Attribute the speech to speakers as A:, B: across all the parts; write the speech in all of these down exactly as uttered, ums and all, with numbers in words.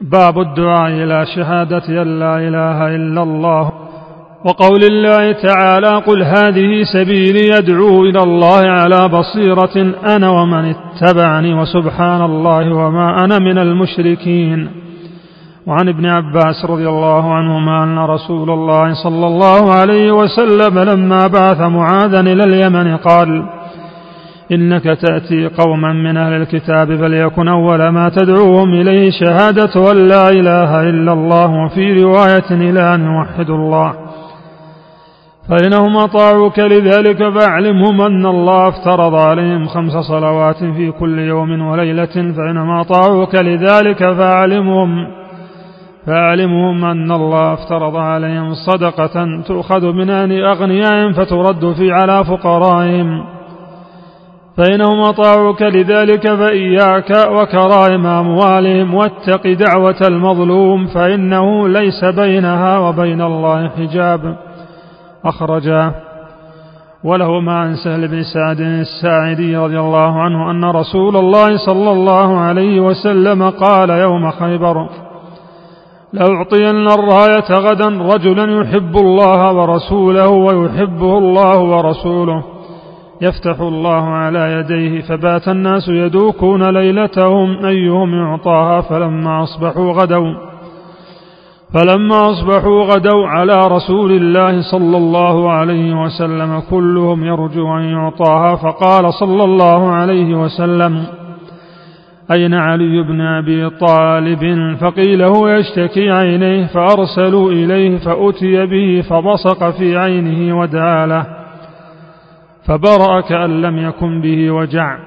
A: باب الدعاء إلى شهادة أن لا إله إلا الله، وقول الله تعالى: قل هذه سبيلي يدعو إلى الله على بصيرة أنا ومن اتبعني وسبحان الله وما أنا من المشركين. وعن ابن عباس رضي الله عنهما أن رسول الله صلى الله عليه وسلم لما بعث معاذا إلى اليمن قال: إنك تأتي قوما من أهل الكتاب فليكن أول ما تدعوهم إليه شهادة أن لا إله إلا الله، وفي رواية إلى أن يوحدوا الله، فإنهم أطاعوك لذلك فاعلمهم أن الله افترض عليهم خمس صلوات في كل يوم وليلة، فإنهم أطاعوك لذلك فاعلمهم فاعلمهم أن الله افترض عليهم صدقة تؤخذ من أغنيائهم فترد في على فقرائهم، فإنهم أطاعوك لذلك فإياك وكرائم أموالهم، واتق دعوة المظلوم فإنه ليس بينها وبين الله حجاب. أخرجاه. ولهما عن سهل بن سعد الساعدي رضي الله عنه أن رسول الله صلى الله عليه وسلم قال يوم خيبر: لأعطين الراية غدا رجلا يحب الله ورسوله ويحبه الله ورسوله، يفتح الله على يديه، فبات الناس يدوكون ليلتهم أيهم يعطاها، فلما أصبحوا غدوا فلما أصبحوا غدوا على رسول الله صلى الله عليه وسلم كلهم يرجو أن يعطاها، فقال صلى الله عليه وسلم: أين علي بن أبي طالب؟ فقيل هو يشتكي عينيه، فأرسلوا إليه فأتي به فبصق في عينه ودعا له فبرأ كأن لم يكن به وجع،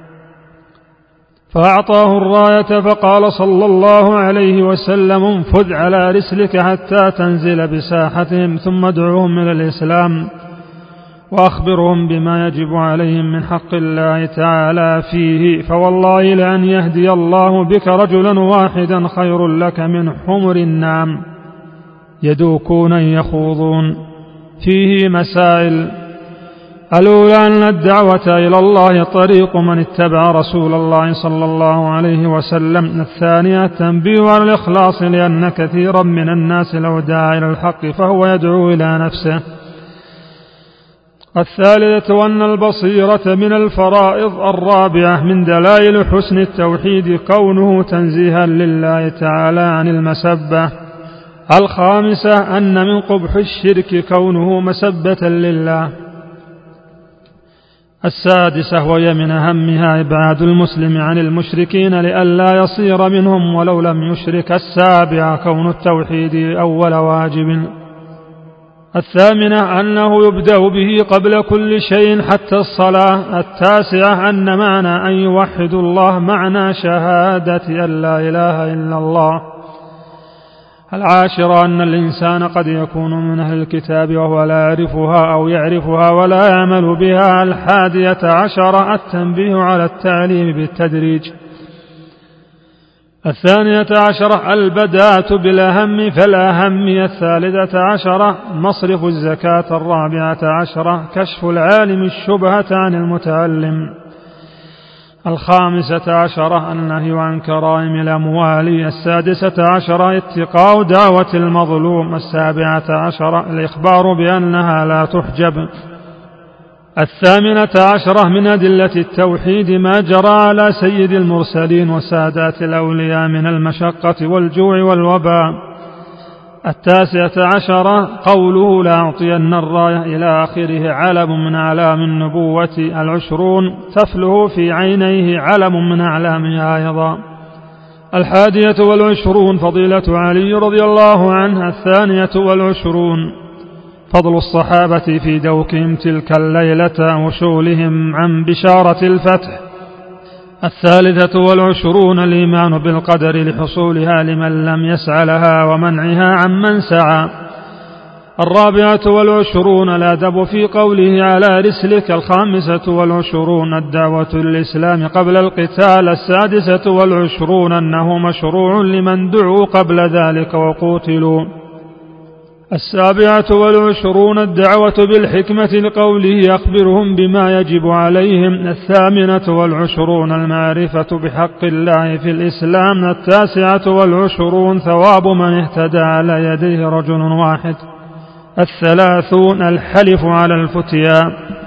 A: فأعطاه الراية، فقال صلى الله عليه وسلم: انفذ على رسلك حتى تنزل بساحتهم، ثم ادعوهم إلى الإسلام وأخبرهم بما يجب عليهم من حق الله تعالى فيه، فوالله لأن يهدي الله بك رجلا واحدا خير لك من حمر النعم. يدوكون يخوضون. فيه مسائل: الأولى أن الدعوة إلى الله طريق من اتبع رسول الله صلى الله عليه وسلم. الثانية التنبيه على الإخلاص، لأن كثيرا من الناس لو دعا إلى الحق فهو يدعو إلى نفسه. الثالثة أن البصيرة من الفرائض. الرابعة من دلائل حسن التوحيد كونه تنزيها لله تعالى عن المسبة. الخامسة أن من قبح الشرك كونه مسبة لله. السادسة وهي من أهمها إبعاد المسلم عن المشركين لئلا يصير منهم ولو لم يشرك. السابعة كون التوحيد أول واجب. الثامنة أنه يبدأ به قبل كل شيء حتى الصلاة. التاسعة أن معنى أن يوحد الله معنى شهادة أن لا إله إلا الله. العاشرة أن الإنسان قد يكون من أهل الكتاب وهو لا يعرفها أو يعرفها ولا يعمل بها. الحادية عشرة التنبيه على التعليم بالتدريج. الثانية عشرة البداءة بالأهم فالأهم. الثالثة عشرة مصرف الزكاة. الرابعة عشرة كشف العالم الشبهة عن المتعلم. الخامسة عشرة النهي عن كرائم الأموال. السادسة عشرة اتقاء دعوة المظلوم. السابعة عشرة الإخبار بأنها لا تحجب. الثامنة عشرة من أدلة التوحيد ما جرى على سيد المرسلين وسادات الأولياء من المشقة والجوع والوباء. التاسعة عشرة قوله لا أعطين الراية إلى آخره علم من أعلام النبوة. العشرون تفله في عينيه علم من أعلامها أيضا. الحادية والعشرون فضيلة علي رضي الله عنه. الثانية والعشرون فضل الصحابة في دوكهم تلك الليلة وشغلهم عن بشارة الفتح. الثالثة والعشرون الإيمان بالقدر لحصولها لمن لم يسع لها ومنعها عمن سعى. الرابعة والعشرون الأدب في قوله على رسلك. الخامسة والعشرون الدعوة للإسلام قبل القتال. السادسة والعشرون أنه مشروع لمن دعوا قبل ذلك وقوتلوا. السابعة والعشرون الدعوة بالحكمة لقوله أخبرهم بما يجب عليهم. الثامنة والعشرون المعرفة بحق الله في الإسلام. التاسعة والعشرون ثواب من اهتدى على يديه رجل واحد. الثلاثون الحلف على الفتيا.